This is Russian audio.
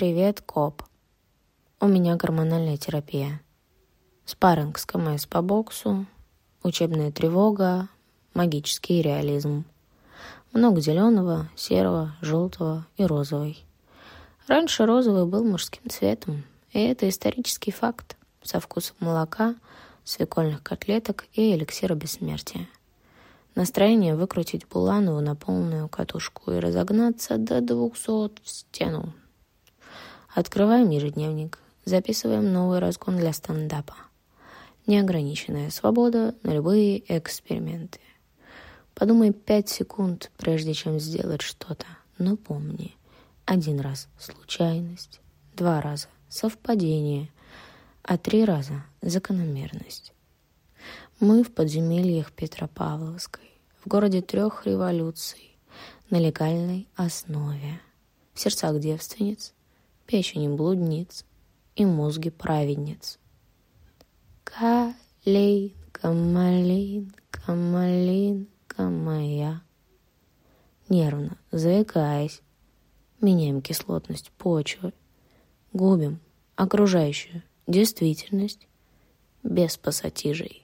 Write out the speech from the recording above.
Привет, коп. У меня гормональная терапия. Спарринг с КМС по боксу, учебная тревога, магический реализм. Много зеленого, серого, желтого и розовый. Раньше розовый был мужским цветом, и это исторический факт со вкусом молока, свекольных котлеток и эликсира бессмертия. Настроение выкрутить Буланову на полную катушку и разогнаться до 200 в стену. Открываем ежедневник, записываем новый разгон для стендапа. Неограниченная свобода на любые эксперименты. Подумай 5 секунд, прежде чем сделать что-то, но помни, 1 раз случайность, 2 раза совпадение, а 3 раза закономерность. Мы в подземельях Петропавловской, в городе 3 революций, на легальной основе, в сердцах девственниц, печени блудниц и мозге праведниц. Калинка, малинка, малинка моя. Нервно, заикаясь, меняем кислотность почвы, губим окружающую действительность без пассатижей.